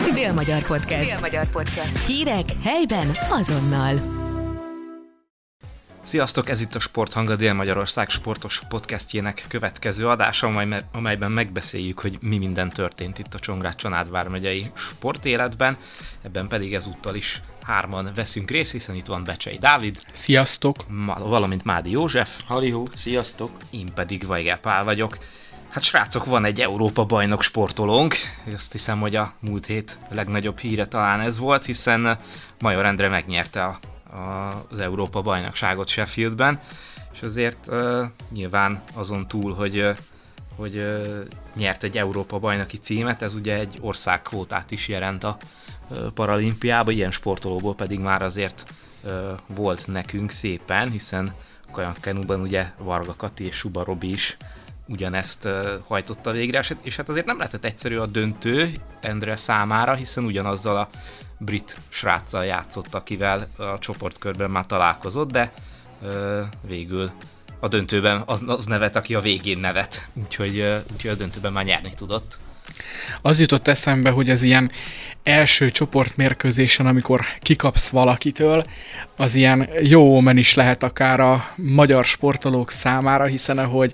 Dél-Magyar Podcast. Dél-Magyar Podcast. Hírek helyben azonnal. Sziasztok, ez itt a Sporthang, a Dél-Magyarország sportos podcastjének következő adása, amelyben megbeszéljük, hogy mi minden történt itt a Csongrád-Csanád vármegyei sportéletben. Ebben pedig ezúttal is hárman veszünk részt, hiszen itt van Becsei Dávid. Sziasztok! Valamint Mádi József. Halihó, sziasztok! Én pedig Vajgel Pál vagyok. Hát srácok, van egy Európa-bajnok sportolónk, azt hiszem, hogy a múlt hét legnagyobb híre talán ez volt, hiszen Major Endre megnyerte az Európa-bajnokságot Sheffieldben, és azért nyilván azon túl, hogy nyert egy Európa-bajnoki címet, ez ugye egy országkvótát is jelent a paralimpiában, ilyen sportolóból pedig már azért volt nekünk szépen, hiszen kajakkenúban ugye Varga Kati és Suba Robi is ugyanezt hajtotta végre, és hát azért nem lehetett egyszerű a döntő Endre számára, hiszen ugyanazzal a brit sráccal játszott, akivel a csoportkörben már találkozott, de végül a döntőben az nevet, aki a végén nevet, úgyhogy a döntőben már nyerni tudott. Az jutott eszembe, hogy ez ilyen első csoportmérkőzésen, amikor kikapsz valakitől, az ilyen jó omen is lehet akár a magyar sportolók számára, hiszen ahogy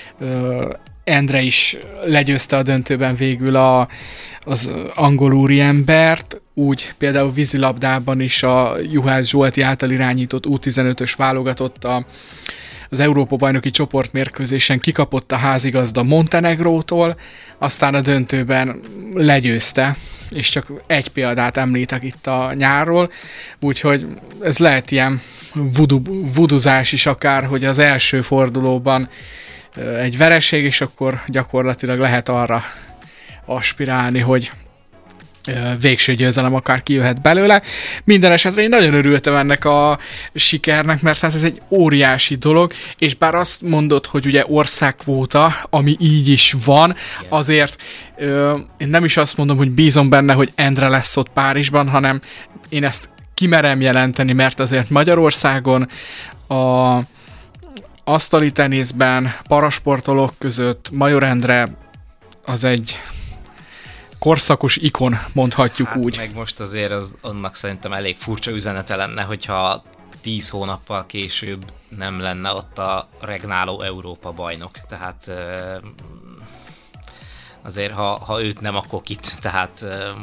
Endre is legyőzte a döntőben végül az angol úriembert, úgy például vízilabdában is a Juhász Zsolti által irányított U15-ös válogatott az Európa-bajnoki csoportmérkőzésen kikapott a házigazda Montenegrótól, aztán a döntőben legyőzte, és csak egy példát említek itt a nyárról, úgyhogy ez lehet ilyen vuduzás is akár, hogy az első fordulóban egy vereség, és akkor gyakorlatilag lehet arra aspirálni, hogy végső győzelem akár kijöhet belőle. Minden esetre én nagyon örültem ennek a sikernek, mert hát ez egy óriási dolog, és bár azt mondod, hogy ugye országkvóta, ami így is van, azért én nem is azt mondom, hogy bízom benne, hogy Endre lesz ott Párizsban, hanem én ezt kimerem jelenteni, mert azért Magyarországon a asztali teniszben, parasportolók között Major Endre az egy korszakos ikon, mondhatjuk hát úgy. Meg most azért annak szerintem elég furcsa üzenete lenne, hogyha 10 hónappal később nem lenne ott a regnáló Európa bajnok. Tehát azért, ha őt nem, akkor kit. Tehát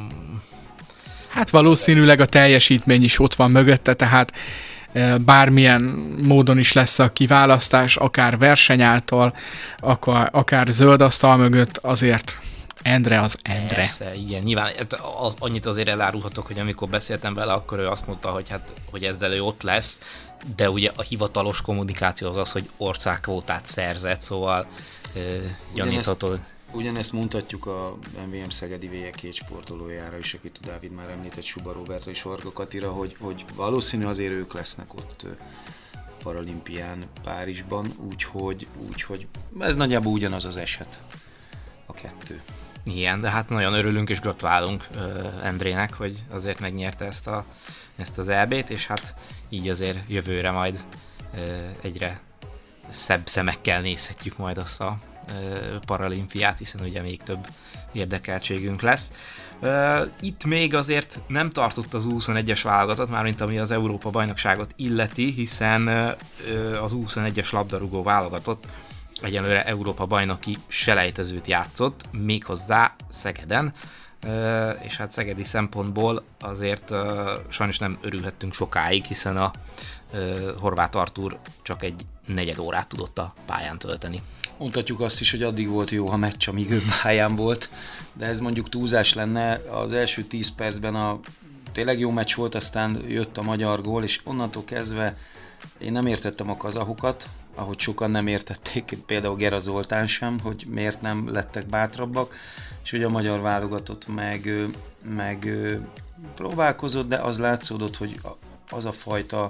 hát valószínűleg a teljesítmény is ott van mögötte, tehát bármilyen módon is lesz a kiválasztás, akár verseny által, akár zöld asztal mögött, azért Endre az Endre. Persze, igen, nyilván annyit azért elárulhatok, hogy amikor beszéltem vele, akkor ő azt mondta, hogy ezzel ő ott lesz, de ugye a hivatalos kommunikáció az, hogy országkvótát szerzett, szóval gyanítható. Ugyanezt mondhatjuk a MVM Szegedi V1 sportolójára is, akit a Dávid már említett, Suba Robertra és Varga Katira, hogy valószínű azért ők lesznek ott paralimpián Párizsban, úgyhogy ez nagyjából ugyanaz az eset, a kettő. Igen, de hát nagyon örülünk és gratulálunk Endrének, hogy azért megnyerte ezt az EB-t, és hát így azért jövőre majd egyre szebb szemekkel nézhetjük majd azt a paralimpiát, hiszen ugye még több érdekeltségünk lesz. Itt még azért nem tartott az U21-es válogatott, mármint ami az Európa-bajnokságot illeti, hiszen az U21-es labdarúgó válogatott egyelőre Európa-bajnoki selejtezőt játszott, méghozzá Szegeden, és hát szegedi szempontból azért sajnos nem örülhettünk sokáig, hiszen a Horváth Artúr csak egy negyed órát tudott a pályán tölteni. Mondhatjuk azt is, hogy addig volt jó a meccs, amíg ő pályán volt, de ez mondjuk túlzás lenne. Az első 10 percben tényleg jó meccs volt, aztán jött a magyar gól, és onnantól kezdve én nem értettem a kazahokat, ahogy sokan nem értették, például Gera Zoltán sem, hogy miért nem lettek bátrabbak, és hogy a magyar válogatott meg próbálkozott, de az látszódott, hogy az a fajta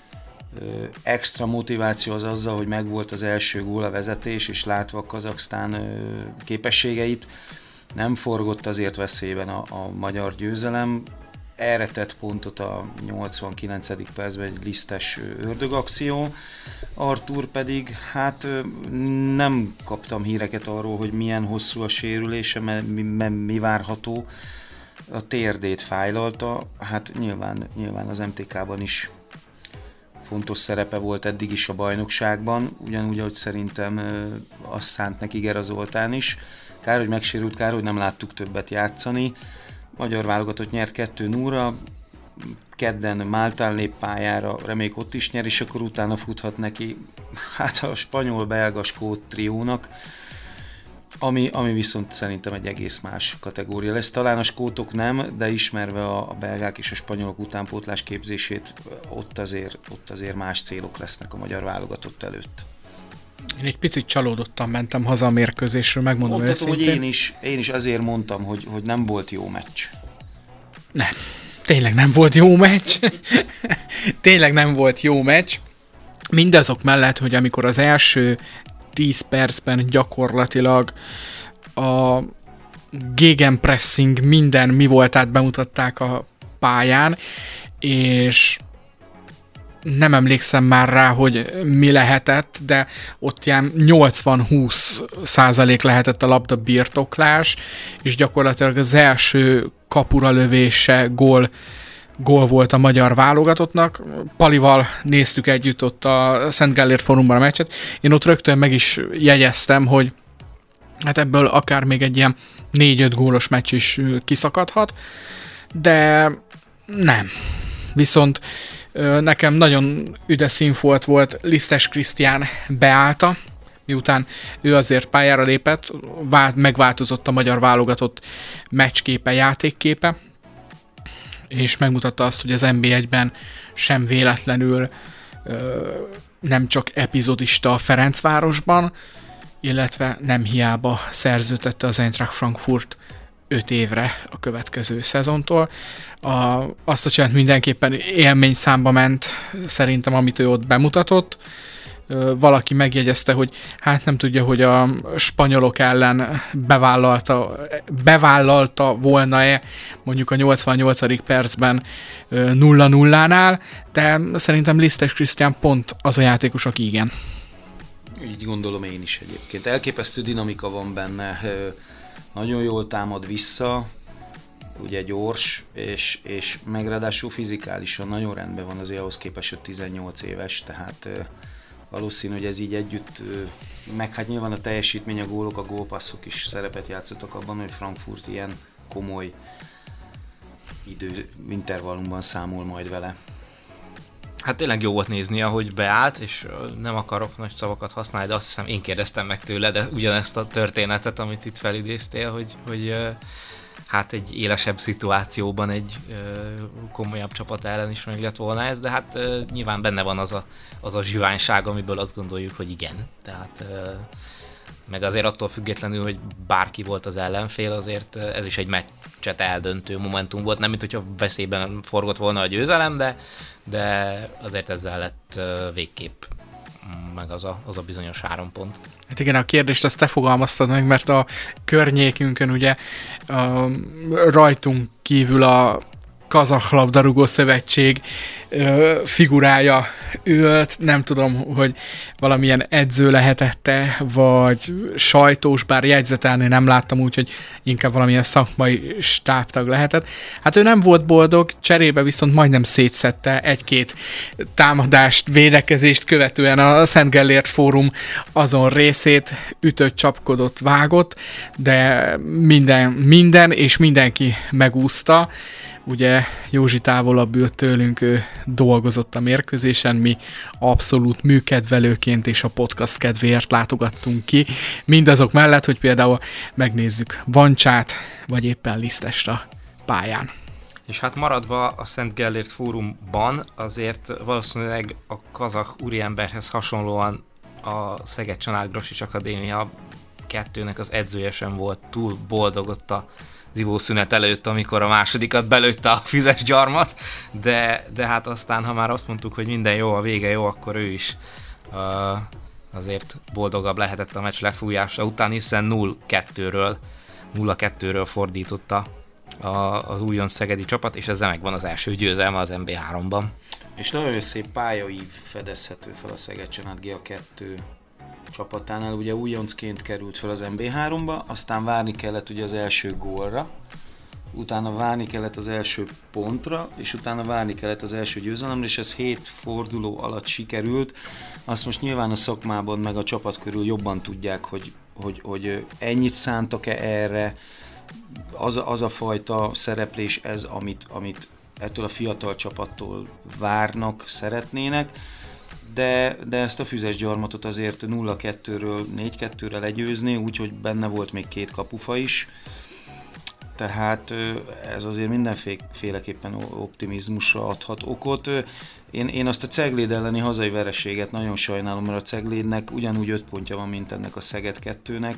extra motiváció az azzal, hogy megvolt az első gól, a vezetés, és látva a Kazaksztán képességeit, nem forgott azért veszélyben a magyar győzelem. Erre tett pontot a 89. percben egy lisztes ördögakció. Artúr pedig, hát nem kaptam híreket arról, hogy milyen hosszú a sérülése, mi várható. a térdét fájlalta, hát nyilván az MTK-ban is fontos szerepe volt eddig is a bajnokságban, ugyanúgy, ahogy szerintem azt szánt neki Gera Zoltán is. Kár, hogy megsérült, kár, hogy nem láttuk többet játszani. Magyar válogatott nyert 2-0-ra, kedden Máltán lép pályára, reméljük ott is nyer, és akkor utána futhat neki hát a spanyol-belga-skót triónak, ami viszont szerintem egy egész más kategória lesz. Talán a skótok nem, de ismerve a belgák és a spanyolok utánpótlás képzését, ott azért más célok lesznek a magyar válogatott előtt. Én egy picit csalódottan mentem haza a mérkőzésről, megmondom őszintén. Hogy én is azért mondtam, hogy nem volt jó meccs. Nem, tényleg nem volt jó meccs. Tényleg nem volt jó meccs. Mindazok mellett, hogy amikor az első 10 percben gyakorlatilag a gegenpressing minden mi voltát bemutatták a pályán, és nem emlékszem már rá, hogy mi lehetett, de ott ilyen 80-20% lehetett a labda birtoklás, és gyakorlatilag az első kapura lövése gól volt a magyar válogatottnak. Palival néztük együtt ott a Szent Gellért Fórumban a meccset. Én ott rögtön meg is jegyeztem, hogy hát ebből akár még egy ilyen 4-5 gólos meccs is kiszakadhat, de nem. Viszont nekem nagyon üdes színfolt volt Lisztes Krisztián beállta, miután ő azért pályára lépett, megváltozott a magyar válogatott meccsképe, játékképe, és megmutatta azt, hogy az NB1-ben sem véletlenül nem csak epizodista a Ferencvárosban, illetve nem hiába szerződtette az Eintracht Frankfurt 5 évre a következő szezontól. Azt a csinált mindenképpen élmény számba ment szerintem, amit ő ott bemutatott. Valaki megjegyezte, hogy hát nem tudja, hogy a spanyolok ellen bevállalta volna-e mondjuk a 88. percben 0-0-nál, de szerintem Lisztes Krisztián pont az a játékos, aki igen. Így gondolom én is egyébként. Elképesztő dinamika van benne, nagyon jól támad vissza, ugye gyors, és meg ráadásul fizikálisan nagyon rendben van azért ahhoz képest, hogy 18 éves, tehát valószínű, hogy ez így együtt, meg hát nyilván a teljesítmény, a gólok, a gólpasszok is szerepet játszottak abban, hogy Frankfurt ilyen komoly intervallumban számol majd vele. Hát tényleg jó volt nézni, ahogy beállt, és nem akarok nagy szavakat használni, de azt hiszem én kérdeztem meg tőle, de ugyanezt a történetet, amit itt felidéztél, hogy hát egy élesebb szituációban egy komolyabb csapat ellen is meg lett volna ez, de hát nyilván benne van az a zsiványság, amiből azt gondoljuk, hogy igen. Tehát meg azért attól függetlenül, hogy bárki volt az ellenfél, azért ez is egy meccset eldöntő momentum volt. Nem, mint hogyha veszélyben forgott volna a győzelem, de azért ezzel lett végképp meg az a bizonyos 3 pont. Hát igen, a kérdést azt te fogalmaztad meg, mert a környékünkön ugye rajtunk kívül a Kazah Labdarúgó Szövetség figurája ült, nem tudom, hogy valamilyen edző lehetette, vagy sajtós, bár jegyzetelni nem láttam, úgyhogy inkább valamilyen szakmai stábtag lehetett. Hát ő nem volt boldog, cserébe viszont majdnem szétszette egy-két támadást, védekezést követően a Szent Gellért Fórum azon részét, ütött, csapkodott, vágott, de minden és mindenki megúszta. Ugye Józsi távolabb ült tőlünk, ő dolgozott a mérkőzésen, mi abszolút műkedvelőként és a podcast kedvéért látogattunk ki. Mindazok mellett, hogy például megnézzük Vancsát, vagy éppen Lisztest a pályán. És hát maradva a Szent Gellért Fórumban, azért valószínűleg a kazah úriemberhez hasonlóan a Szeged Csanád Grosics Akadémia 2-nek az edzője sem volt túl boldog ott a ivószünet előtt, amikor a másodikat belőtte a füzes gyarmat, de hát aztán, ha már azt mondtuk, hogy minden jó, a vége jó, akkor ő is azért boldogabb lehetett a meccs lefújása után, hiszen 0-2-ről fordította az újon szegedi csapat, és ezzel megvan az első győzelme az MB3-ban. És nagyon szép pályaív fedezhető fel a Szeged Csanád GA2 csapatánál, ugye újoncként került fel az MB3-ba, aztán várni kellett ugye az első gólra, utána várni kellett az első pontra, és utána várni kellett az első győzelemre, és ez 7 forduló alatt sikerült. Azt most nyilván a szakmában meg a csapat körül jobban tudják, hogy ennyit szántak-e erre, az a fajta szereplés ez, amit ettől a fiatal csapattól várnak, szeretnének, de ezt a füzes gyarmatot azért 0-2-ről 4-2-re legyőzni, úgyhogy benne volt még 2 kapufa is, tehát ez azért mindenféleképpen optimizmusra adhat okot. Én azt a Cegléd elleni hazai vereséget nagyon sajnálom, mert a Ceglédnek ugyanúgy 5 pontja van, mint ennek a Szeged 2-nek,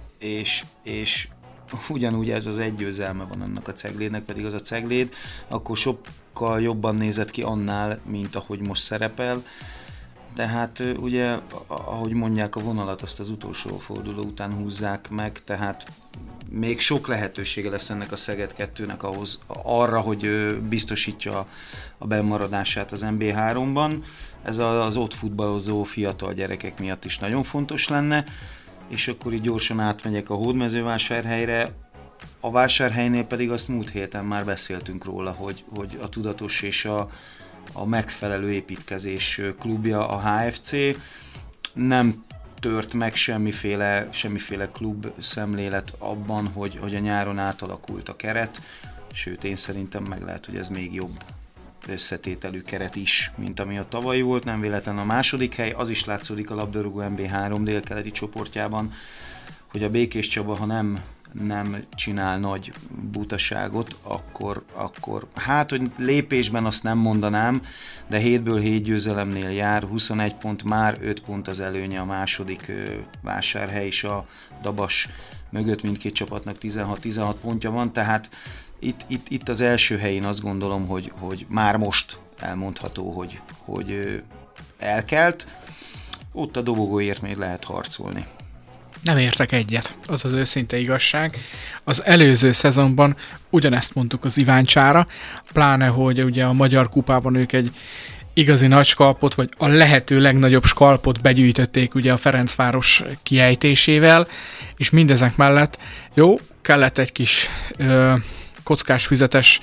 és ugyanúgy ez az egy győzelme van annak a Ceglédnek, pedig az a Cegléd akkor sokkal jobban nézett ki annál, mint ahogy most szerepel. De hát ugye, ahogy mondják, a vonalat azt az utolsó forduló után húzzák meg, tehát még sok lehetősége lesz ennek a Szeged 2-nek arra, hogy biztosítja a bennmaradását az MB3-ban. Ez az ott futballozó fiatal gyerekek miatt is nagyon fontos lenne, és akkor így gyorsan átmegyek a Hódmezővásárhelyre. A Vásárhelynél pedig azt múlt héten már beszéltünk róla, hogy a tudatos és a megfelelő építkezés klubja a HFC. Nem tört meg semmiféle klub szemlélet abban, hogy a nyáron átalakult a keret, sőt én szerintem meg lehet, hogy ez még jobb összetételű keret is, mint ami a tavalyi volt, nem véletlen a második hely, az is látszódik a labdarúgó MB3 délkeleti csoportjában, hogy a Békés Csaba, ha nem csinál nagy butaságot, akkor hát, hogy lépésben azt nem mondanám, de 7-ből 7 győzelemnél jár, 21 pont, már 5 pont az előnye a második Vásárhely és a Dabas mögött, mindkét csapatnak 16 pontja van, tehát itt az első helyén azt gondolom, hogy már most elmondható, hogy elkelt, ott a dobogóért még lehet harcolni. Nem értek egyet, az az őszinte igazság. Az előző szezonban ugyanezt mondtuk az Iváncsára, pláne, hogy ugye a Magyar Kupában ők egy igazi nagy skalpot, vagy a lehető legnagyobb skalpot begyűjtötték ugye a Ferencváros kiejtésével, és mindezek mellett kellett egy kis kockás füzetes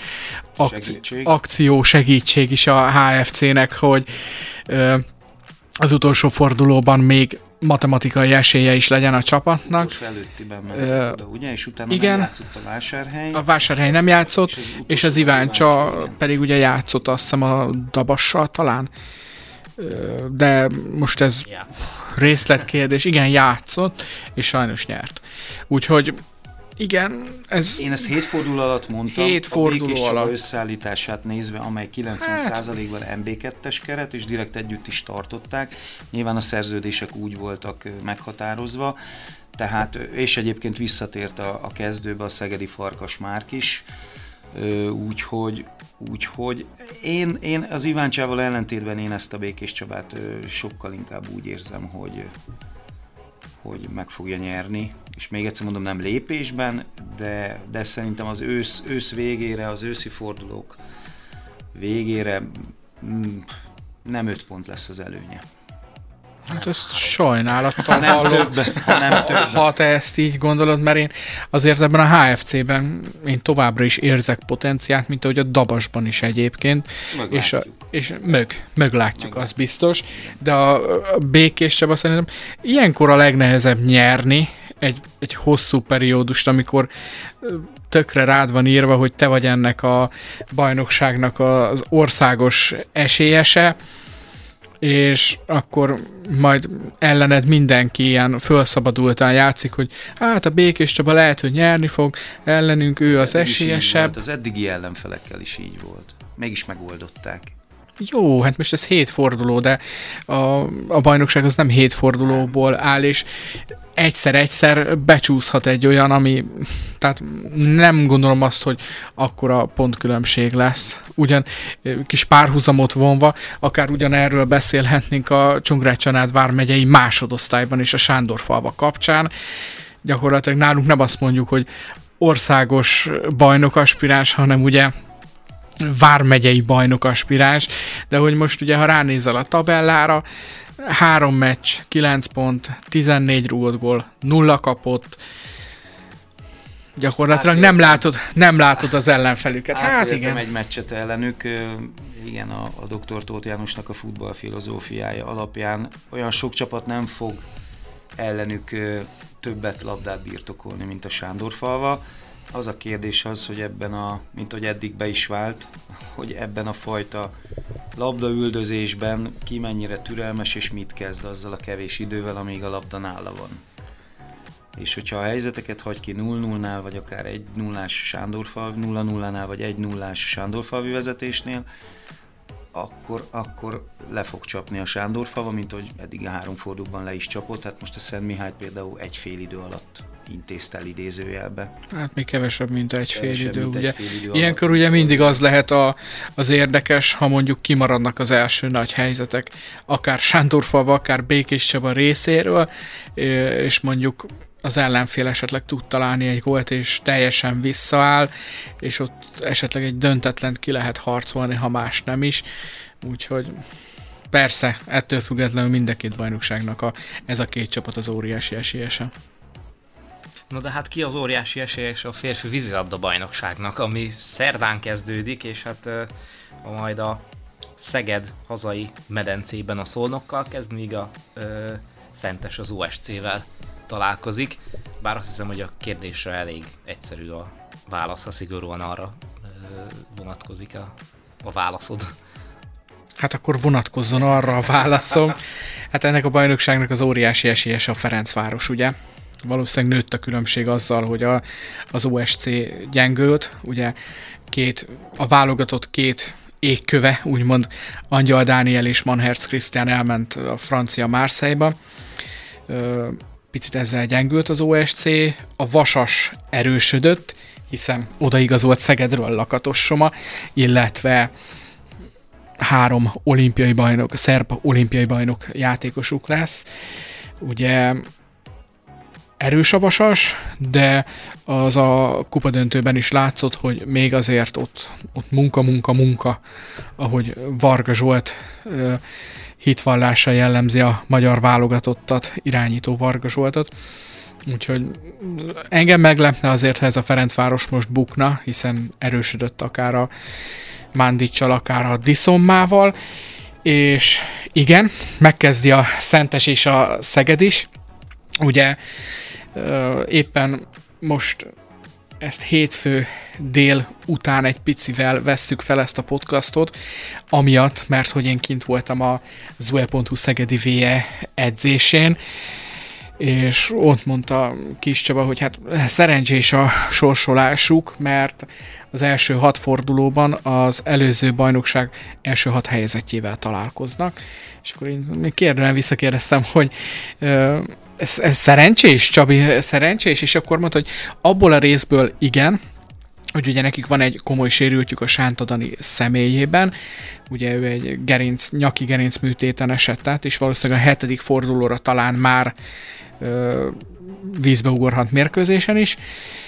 akció segítség is a HFC-nek, hogy az utolsó fordulóban még matematikai esélye is legyen a csapatnak. Most előttiben ment oda, ugye? És utána igen, nem játszott a Vásárhely. A Vásárhely nem játszott, és az Iváncsa pedig ugye játszott, azt hiszem, a Dabassal talán. De most ez részletkérdés. Igen, játszott, és sajnos nyert. Úgyhogy igen, Én ezt 7 forduló alatt mondtam, 7 forduló alatt összeállítását nézve, amely 90%-ban MB2-es keret, és direkt együtt is tartották. Nyilván a szerződések úgy voltak meghatározva, tehát, és egyébként visszatért a kezdőbe a szegedi Farkas Márk is, úgyhogy én az Iváncsával ellentétben én ezt a Békés Csabát sokkal inkább úgy érzem, hogy meg fogja nyerni, és még egyszer mondom, nem lépésben, de szerintem az ősz végére, az őszi fordulók végére nem 5 pont lesz az előnye. Hát ezt sajnálattal hallom, ha te ezt így gondolod, mert én azért ebben a HFC-ben én továbbra is érzek potenciált, mint ahogy a Dabasban is egyébként, és meglátjuk, az biztos, de a Békés Csaba szerintem ilyenkor a legnehezebb nyerni egy hosszú periódust, amikor tökre rád van írva, hogy te vagy ennek a bajnokságnak az országos esélyese, és akkor majd ellened mindenki ilyen felszabadultan játszik, hogy hát a Békés Csaba lehet, hogy nyerni fog, ellenünk ő az esélyesebb. Az eddigi ellenfelekkel is így volt. Mégis megoldották. Jó, hát most ez 7 forduló, de a bajnokság az nem 7 fordulóból áll, és egyszer becsúszhat egy olyan, ami, tehát nem gondolom azt, hogy akkora pontkülönbség lesz. Ugyan kis párhuzamot vonva, akár ugyanerről beszélhetnénk a Csongrád-Csanád vármegyei másodosztályban is a Sándorfalva kapcsán. Gyakorlatilag nálunk nem azt mondjuk, hogy országos bajnokaspiráns, hanem ugye vármegyei bajnokaspiráns, de hogy most ugye, ha ránézel a tabellára, 3 meccs, 9 pont, 14 rúgott gól, 0 kapott, Gyakorlatilag nem látod az ellenfelüket. Hát igen. egy meccset ellenük, igen, a dr. Tóth Jánosnak a futballfilozófiája alapján olyan sok csapat nem fog ellenük többet labdát birtokolni, mint a Sándorfalva. Az a kérdés az, hogy mint hogy eddig be is vált, hogy ebben a fajta labdaüldözésben ki mennyire türelmes és mit kezd azzal a kevés idővel, amíg a labda nála van. És hogyha a helyzeteket hagy ki 0-0-nál, vagy akár 1-0-ás Sándorfalvi, 0-0-nál, vagy 1-0-ás Sándorfalvi vezetésnél, akkor le fog csapni a Sándorfalva, mint hogy eddig a 3 fordulóban le is csapott. Hát most a Szent Mihály például egy fél idő alatt intézte el idézőjelbe. Hát még kevesebb, mint egy fél idő, ugye. Ilyenkor ugye mindig az lehet az érdekes, ha mondjuk kimaradnak az első nagy helyzetek, akár Sándorfalva, akár Békés Csaba részéről, és mondjuk az ellenfél esetleg tud találni egy gólt, és teljesen visszaáll, és ott esetleg egy döntetlent ki lehet harcolni, ha más nem is. Úgyhogy persze, ettől függetlenül mind a két bajnokságnak ez a két csapat az óriási esélyese. Na de hát ki az óriási esélyes a férfi vízilabda bajnokságnak, ami szerdán kezdődik, és hát majd a Szeged hazai medencében a Szolnokkal kezd, míg a Szentes az OSC-vel találkozik. Bár azt hiszem, hogy a kérdésre elég egyszerű a válasz, ha szigorúan arra vonatkozik a válaszod. Hát akkor vonatkozzon arra a válaszom. Hát ennek a bajnokságnak az óriási esélyes a Ferencváros, ugye? Valószínűleg nőtt a különbség azzal, hogy az OSC gyengült, ugye a válogatott két égköve, úgymond Angyal Dániel és Manherz Krisztián elment a francia Marseille-ba. Picit ezzel gyengült az OSC, a Vasas erősödött, hiszen odaigazolt Szegedről Lakatos Soma, illetve 3 olimpiai bajnok, szerb olimpiai bajnok játékosuk lesz. Ugye erős a Vasas, de az a kupadöntőben is látszott, hogy még azért ott munka, ahogy Varga Zsolt hitvallása jellemzi a magyar válogatottat, irányító Varga Zsoltot. Úgyhogy engem meglepne azért, ha ez a Ferencváros most bukna, hiszen erősödött akár a Mandicsal, akár a Diszommával, és igen, megkezdi a Szentes és a Szeged is. Ugye éppen most ezt hétfő dél után egy picivel vesszük fel ezt a podcastot, amiatt, mert hogy én kint voltam a Zue.hu Szegedi VE edzésén, és ott mondta Kis Csaba, hogy hát szerencsés a sorsolásuk, mert az első 6 fordulóban az előző bajnokság első 6 helyezettjével találkoznak. És akkor én még kérdően visszakérdeztem, hogy ez szerencsés, Csabi, szerencsés? És akkor mondta, hogy abból a részből igen, hogy ugye nekik van egy komoly sérültjük a Sánta Dani személyében, ugye ő egy nyaki gerinc műtéten esett át, és valószínűleg a 7. fordulóra talán már vízbe ugorhat mérkőzésen is,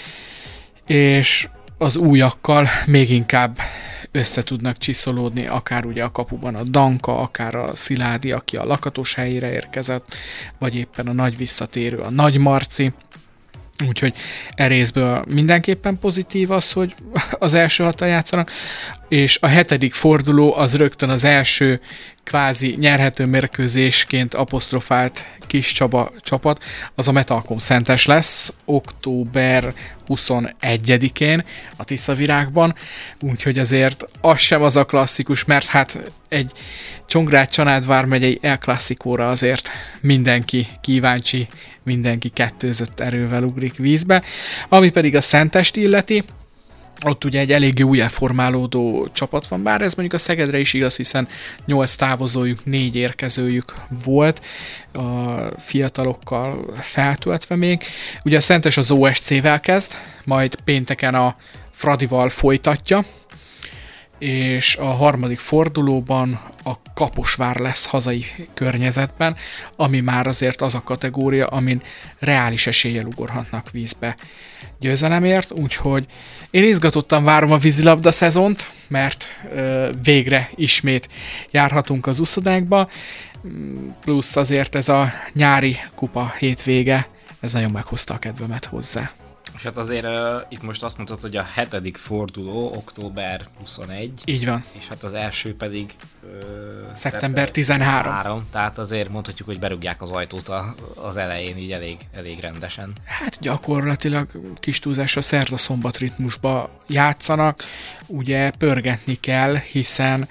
és az újakkal még inkább össze tudnak csiszolódni, akár ugye a kapuban a Danka, akár a Sziládi, aki a Lakatos helyére érkezett, vagy éppen a nagy visszatérő, a Nagy Marci. Úgyhogy részből mindenképpen pozitív az, hogy az első 6-tal játszanak, és a 7. forduló az rögtön az első kvázi nyerhető mérkőzésként apostrofált Kis Csaba csapat, az a Metalkom Szentes lesz, október 21-én a Tiszavirágban, úgyhogy azért az sem az a klasszikus, mert hát egy Csongrád-Csanád vármegyei El Classicóra azért mindenki kíváncsi, mindenki kettőzött erővel ugrik vízbe. Ami pedig a Szentest illeti, ott ugye egy eléggé újjá formálódó csapat van, bár ez mondjuk a Szegedre is igaz, hiszen 8 távozójuk, 4 érkezőjük volt, a fiatalokkal feltöltve még. Ugye a Szentes az OSC-vel kezd, majd pénteken a Fradival folytatja, és a 3. fordulóban a Kaposvár lesz hazai környezetben, ami már azért az a kategória, amin reális eséllyel ugorhatnak vízbe győzelemért, úgyhogy én izgatottan várom a vízilabda szezont, mert végre ismét járhatunk az uszodákba, plusz azért ez a nyári kupa hétvége, ez nagyon meghozta a kedvemet hozzá. És hát azért itt most azt mondtad, hogy a 7. forduló október 21. Így van. És hát az első pedig szeptember 13. Tehát azért mondhatjuk, hogy berúgják az ajtót az elején így elég rendesen. Hát gyakorlatilag kis túlzásra szerda-szombat ritmusba játszanak. Ugye pörgetni kell, hiszen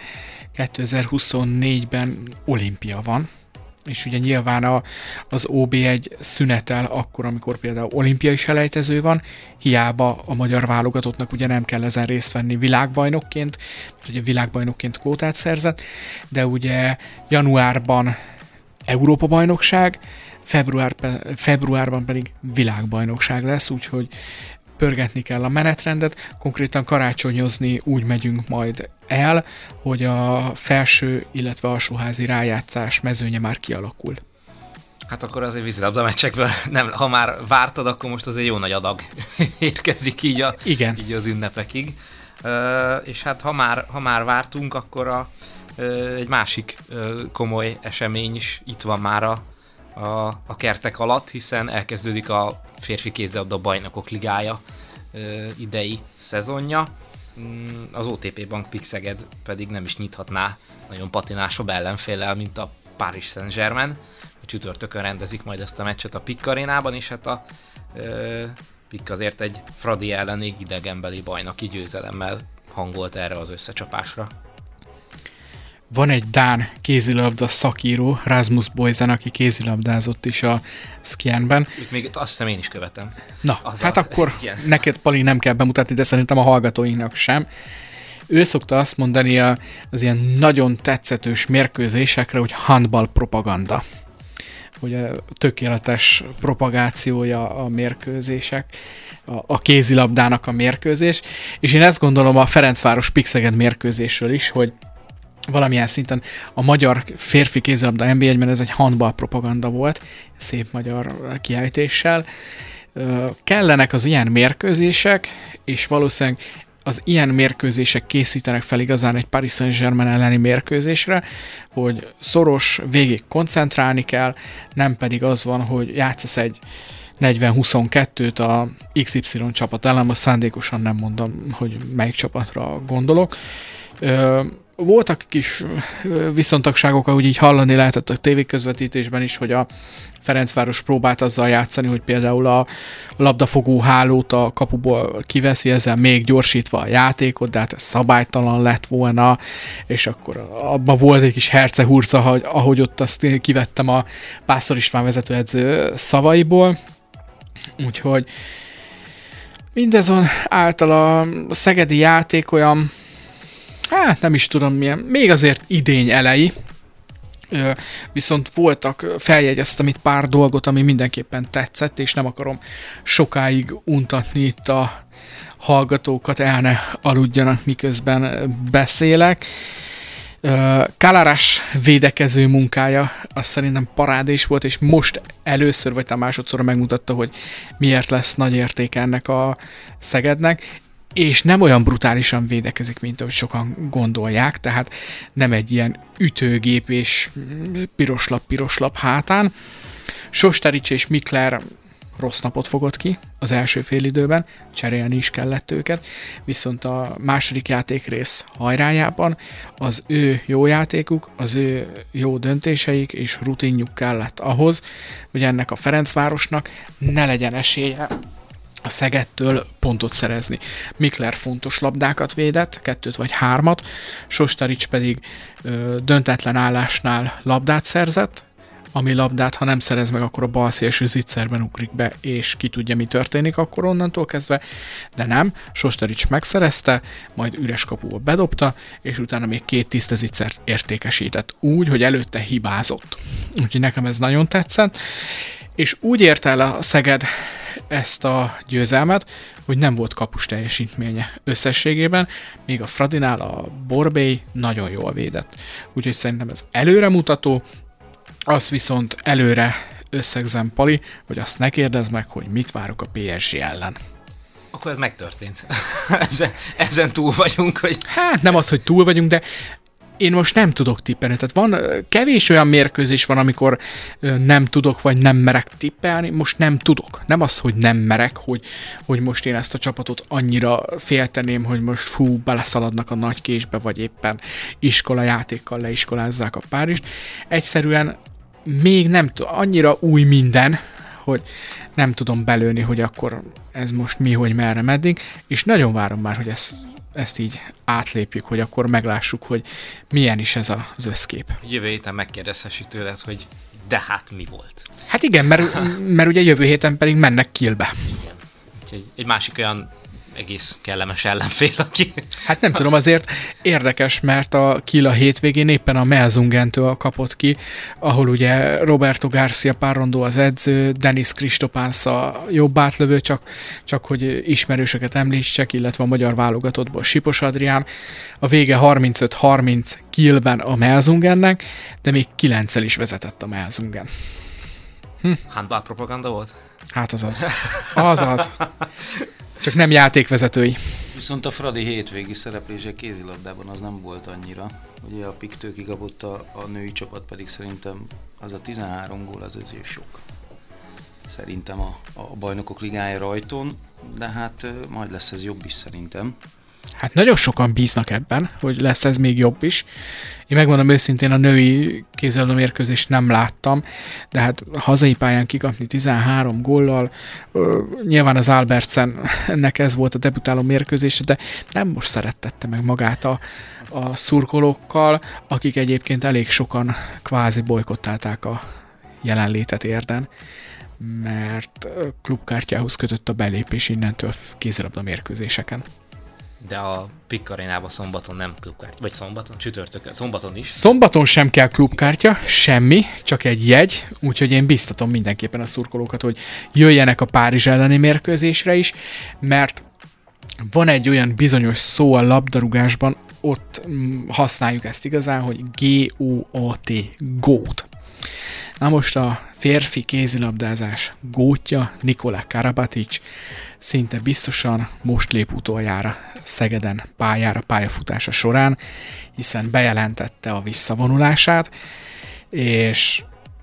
2024-ben olimpia van, és ugye nyilván az OB1 szünetel akkor, amikor például olimpiai selejtező van, hiába a magyar válogatottnak ugye nem kell ezen részt venni világbajnokként, mert ugye világbajnokként kvótát szerzett, de ugye januárban Európa-bajnokság, februárban pedig világbajnokság lesz, úgyhogy pörgetni kell a menetrendet, konkrétan karácsonyozni úgy megyünk majd el, hogy a felső, illetve alsóházi rájátszás mezőnye már kialakul. Hát akkor azért vízilabda meccsekből nem, ha már vártad, akkor most azért jó nagy adag érkezik így az ünnepekig. És hát ha már vártunk, akkor egy másik komoly esemény is itt van már a kertek alatt, hiszen elkezdődik a férfi kézilabda bajnokok ligája idei szezonja. Az OTP Bank Pixeged pedig nem is nyithatná nagyon patinásabb ellenféllel, mint a Paris Saint-Germain. A csütörtökön rendezik majd ezt a meccset a PIK arénában, és hát a PIK azért egy Fradi elleni idegenbeli bajnoki győzelemmel hangolt erre az összecsapásra. Van egy dán kézilabda szakíró, Rasmus Boysen, aki kézilabdázott is a Skjernben. Itt még azt hiszem én is követem. Na, hát akkor neked, Pali, nem kell bemutatni, de szerintem a hallgatóinknak sem. Ő szokta azt mondani az ilyen nagyon tetszetős mérkőzésekre, hogy handball propaganda. Ugye tökéletes propagációja a mérkőzések, a kézilabdának a mérkőzés, és én ezt gondolom a Ferencváros Pixeged mérkőzésről is, hogy valamilyen szinten a magyar férfi kézilabda NB1-ben ez egy handball propaganda volt, szép magyar kiejtéssel. Kellenek az ilyen mérkőzések, és valószínűleg az ilyen mérkőzések készítenek fel igazán egy Paris Saint-Germain elleni mérkőzésre, hogy szoros, végig koncentrálni kell, nem pedig az van, hogy játszasz egy 40-22-t a XY csapat ellen, most szándékosan nem mondom, hogy melyik csapatra gondolok. Voltak kis viszontagságok, ahogy így hallani lehetett a tévéközvetítésben is, hogy a Ferencváros próbált azzal játszani, hogy például a labdafogó hálót a kapuból kiveszi, ezzel még gyorsítva a játékot, de hát ez szabálytalan lett volna, és akkor abban volt egy kis hercehurca, ahogy ott azt kivettem a Pásztor István vezetőedző szavaiból. Úgyhogy mindezon által a szegedi játék olyan, hát nem is tudom milyen, még azért idény elejé, viszont feljegyeztem itt pár dolgot, ami mindenképpen tetszett, és nem akarom sokáig untatni itt a hallgatókat, el ne aludjanak, miközben beszélek. Kalaras védekező munkája, az szerintem parádés volt, és most először vagy másodszorra megmutatta, hogy miért lesz nagy értéke ennek a Szegednek, és nem olyan brutálisan védekezik, mint ahogy sokan gondolják, tehát nem egy ilyen ütőgép és piros lap hátán. Sosterics és Mikler rossz napot fogott ki az első félidőben, cserélni is kellett őket, viszont a második játékrész hajrájában az ő jó játékuk, az ő jó döntéseik és rutinjuk kellett ahhoz, hogy ennek a Ferencvárosnak ne legyen esélye a Szegedtől pontot szerezni. Mikler fontos labdákat védett, 2 vagy 3, Sosterics pedig döntetlen állásnál labdát szerzett, ami labdát, ha nem szerez meg, akkor a bal szélső zicserben ugrik be, és ki tudja, mi történik akkor onnantól kezdve, de nem, Sosterics megszerezte, majd üres kapuba bedobta, és utána még 2 tiszta zicsert értékesített úgy, hogy előtte hibázott. Úgyhogy nekem ez nagyon tetszett, és úgy ért el a Szeged ezt a győzelmet, hogy nem volt kapus teljesítménye összességében, még a Fradinál a Borbély nagyon jól védett. Úgyhogy szerintem ez előremutató, azt viszont előre összegzem, Pali, hogy azt ne kérdezz meg, hogy mit várok a PSG ellen. Akkor ez megtörtént. ezen túl vagyunk, hogy... Hát nem az, hogy túl vagyunk, de én most nem tudok tippelni. Tehát van kevés olyan mérkőzés van, amikor nem tudok, vagy nem merek tippelni. Most nem tudok. Nem az, hogy nem merek, hogy most én ezt a csapatot annyira félteném, hogy most beleszaladnak a nagy késbe, vagy éppen iskolajátékkal leiskolázzák a Párizst. Egyszerűen még nem tudom, annyira új minden, hogy nem tudom belőni, hogy akkor ez most mi, hogy merre, meddig, és nagyon várom már, hogy ezt így átlépjük, hogy akkor meglássuk, hogy milyen is ez az összkép. Jövő héten megkérdezhessük tőled, hogy de hát mi volt? Hát igen, mert ugye jövő héten pedig mennek Kielbe. Igen. Úgyhogy egy másik olyan egész kellemes ellenfél, aki... Hát nem tudom, azért érdekes, mert a Kiel a hétvégén éppen a Melsungentől kapott ki, ahol ugye Roberto Garcia Parrondo az edző, Denis Kristopánsz a jobb átlövő, csak hogy ismerősöket említsek, illetve a magyar válogatottból Sipos Adrián. A vége 35-30 Kielben a Melsungennek, de még 9-el is vezetett a Melsungen. Handball propaganda volt? Hát azaz. Azaz. Csak nem játékvezetői. Viszont a Fradi hétvégi szereplése kézilabdában az nem volt annyira. Ugye a Piktől kikapott a női csapat, pedig szerintem az a 13 gól az ezért sok. Szerintem a Bajnokok Ligája rajton, de hát majd lesz ez jobb is szerintem. Hát nagyon sokan bíznak ebben, hogy lesz ez még jobb is. Én megmondom őszintén, a női kézilabda mérkőzést nem láttam, de hát hazai pályán kikapni 13 góllal, nyilván az Albertsennek ez volt a debütáló mérkőzése, de nem most szerettette meg magát a szurkolókkal, akik egyébként elég sokan kvázi bojkottálták a jelenlétet Érden, mert klubkártyához kötött a belépés innentől kézilabda mérkőzéseken. De a Pikk Arénában szombaton nem klubkártya, vagy csütörtökön, szombaton is. Szombaton sem kell klubkártya, semmi, csak egy jegy, úgyhogy én biztatom mindenképpen a szurkolókat, hogy jöjjenek a Párizs elleni mérkőzésre is, mert van egy olyan bizonyos szó a labdarúgásban, ott használjuk ezt igazán, hogy G-O-A-T, gót. Na most a férfi kézilabdázás gótja, Nikola Karabatic, szinte biztosan most lép utoljára Szegeden pályafutása során, hiszen bejelentette a visszavonulását, és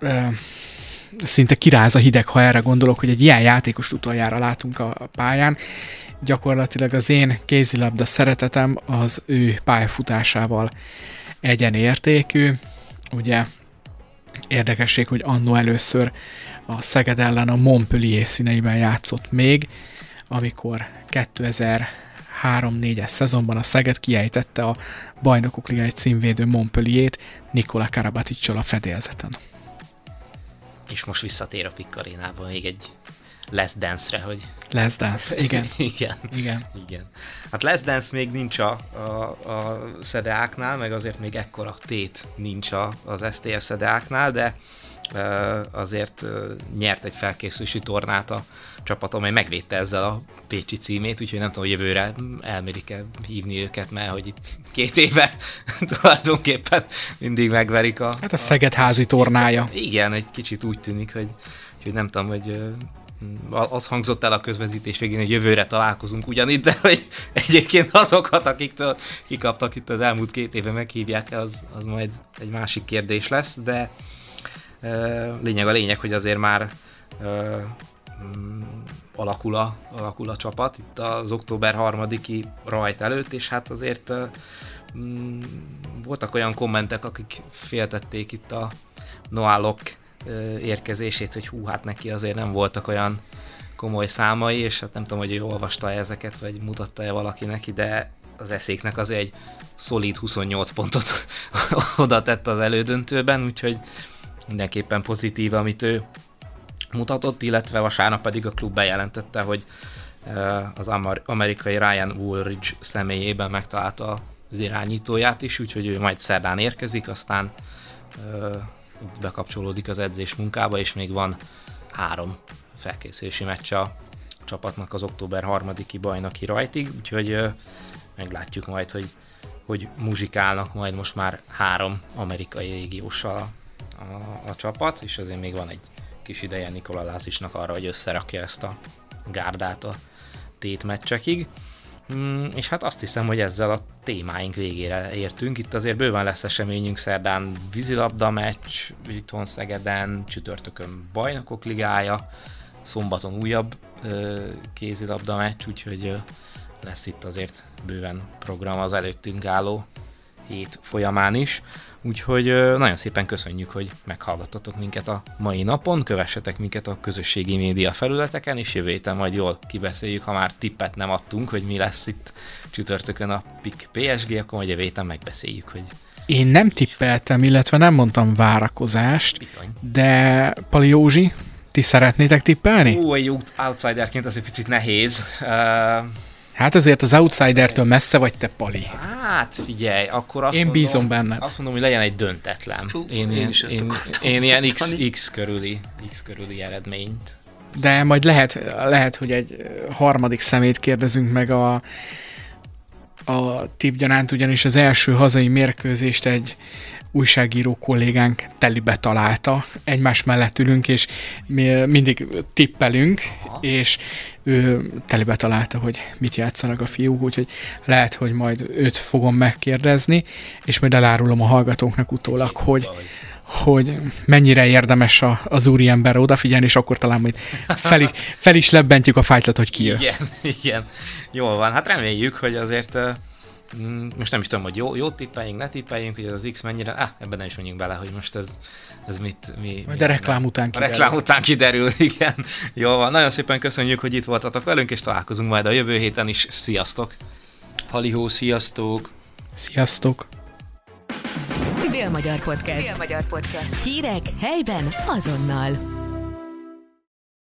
szinte kiráz a hideg, ha erre gondolok, hogy egy ilyen játékost utoljára látunk a pályán. Gyakorlatilag az én kézilabda szeretetem az ő pályafutásával egyenértékű. Ugye érdekesség, hogy annó először a Szeged ellen a Montpellier színeiben játszott még, amikor 2003-4-es szezonban a Szeged kiejtette a Bajnokok Ligája címvédő Montpellier-t Nikola Karabaticsal a fedélzeten. És most visszatér a Pikk Arénába még egy Last Dance-re, hogy... Last Dance, igen. igen. Hát Last Dance még nincs a SZEDEÁK-nál, meg azért még ekkora tét nincs az STS SZEDEÁK-nál, de azért nyert egy felkészülési tornát a csapat, amely megvédte ezzel a pécsi címét, úgyhogy nem tudom, hogy jövőre elmérik-e hívni őket, mert hogy itt 2 éve tulajdonképpen mindig megverik Hát a Szeged házi tornája. Igen, egy kicsit úgy tűnik, hogy nem tudom, hogy az hangzott el a közvetítés végén, hogy jövőre találkozunk ugyanitt, de hogy egyébként azokat, akiktől kikaptak itt az elmúlt 2 éve meghívják, az majd egy másik kérdés lesz, de lényeg, hogy azért már alakul a csapat itt az október 3-i rajt előtt, és hát azért voltak olyan kommentek, akik féltették itt a Noálok érkezését, hogy hát neki azért nem voltak olyan komoly számai, és hát nem tudom, hogy ő olvasta ezeket, vagy mutatta-e valaki neki, de az eszéknek azért egy szolid 28 pontot oda tett az elődöntőben, úgyhogy mindenképpen pozitív, amit ő mutatott, illetve vasárnap pedig a klub bejelentette, hogy az amerikai Ryan Woolridge személyében megtalálta az irányítóját is, úgyhogy ő majd szerdán érkezik, aztán bekapcsolódik az edzés munkába, és még van 3 felkészülési meccs a csapatnak az október 3-i bajnoki rajtig, úgyhogy meglátjuk majd, hogy muzsikálnak majd most már 3 amerikai régióssal a csapat, és azért még van egy kis ideje Nikola Lázisnak arra, hogy összerakja ezt a gárdát a tétmeccsekig. És hát azt hiszem, hogy ezzel a témáink végére értünk. Itt azért bőven lesz eseményünk, szerdán vízilabda meccs, itthon Szegeden, csütörtökön Bajnokok Ligája, szombaton újabb kézilabda meccs, úgyhogy lesz itt azért bőven program az előttünk álló hét folyamán is. Úgyhogy nagyon szépen köszönjük, hogy meghallgattatok minket a mai napon, kövessetek minket a közösségi média felületeken, és jövő héten majd jól kibeszéljük, ha már tippet nem adtunk, hogy mi lesz itt csütörtökön a PIK PSG, akkor majd jövő héten megbeszéljük, hogy... Én nem tippeltem, illetve nem mondtam várakozást, Bizony. De Pali Józsi, ti szeretnétek tippelni? Egy outsiderként az egy picit nehéz. Hát azért az outsidertől messze vagy te, Pali. Hát figyelj, akkor azt Én mondom, bízom benned. Azt mondom, hogy legyen egy döntetlen. Én ilyen X körüli eredményt. De majd lehet, hogy egy harmadik szemét kérdezünk meg a tippgyanánt, ugyanis az első hazai mérkőzést egy újságíró kollégánk telibe találta. Egymás mellett ülünk, és mi mindig tippelünk, és ő telibe találta, hogy mit játszanak a fiúk, úgyhogy lehet, hogy majd őt fogom megkérdezni, és majd elárulom a hallgatóknak utólag, hogy mennyire érdemes az úriemberre odafigyelni, és akkor talán majd fel is lebbentjük a fájtlat, hogy ki jön. Igen. Jól van. Hát reméljük, hogy azért most nem is tudom, hogy jó tippeljünk, ne tippeljünk, hogy ez az X mennyire, ebben nem is menjünk bele, hogy most ez mi... Majd a reklám után kiderül. A reklám után kiderül, igen. Jól van. Nagyon szépen köszönjük, hogy itt voltatok velünk, és találkozunk majd a jövő héten is. Sziasztok! Halihó, sziasztok! Sziasztok! Dél-Magyar Podcast. Hírek helyben azonnal.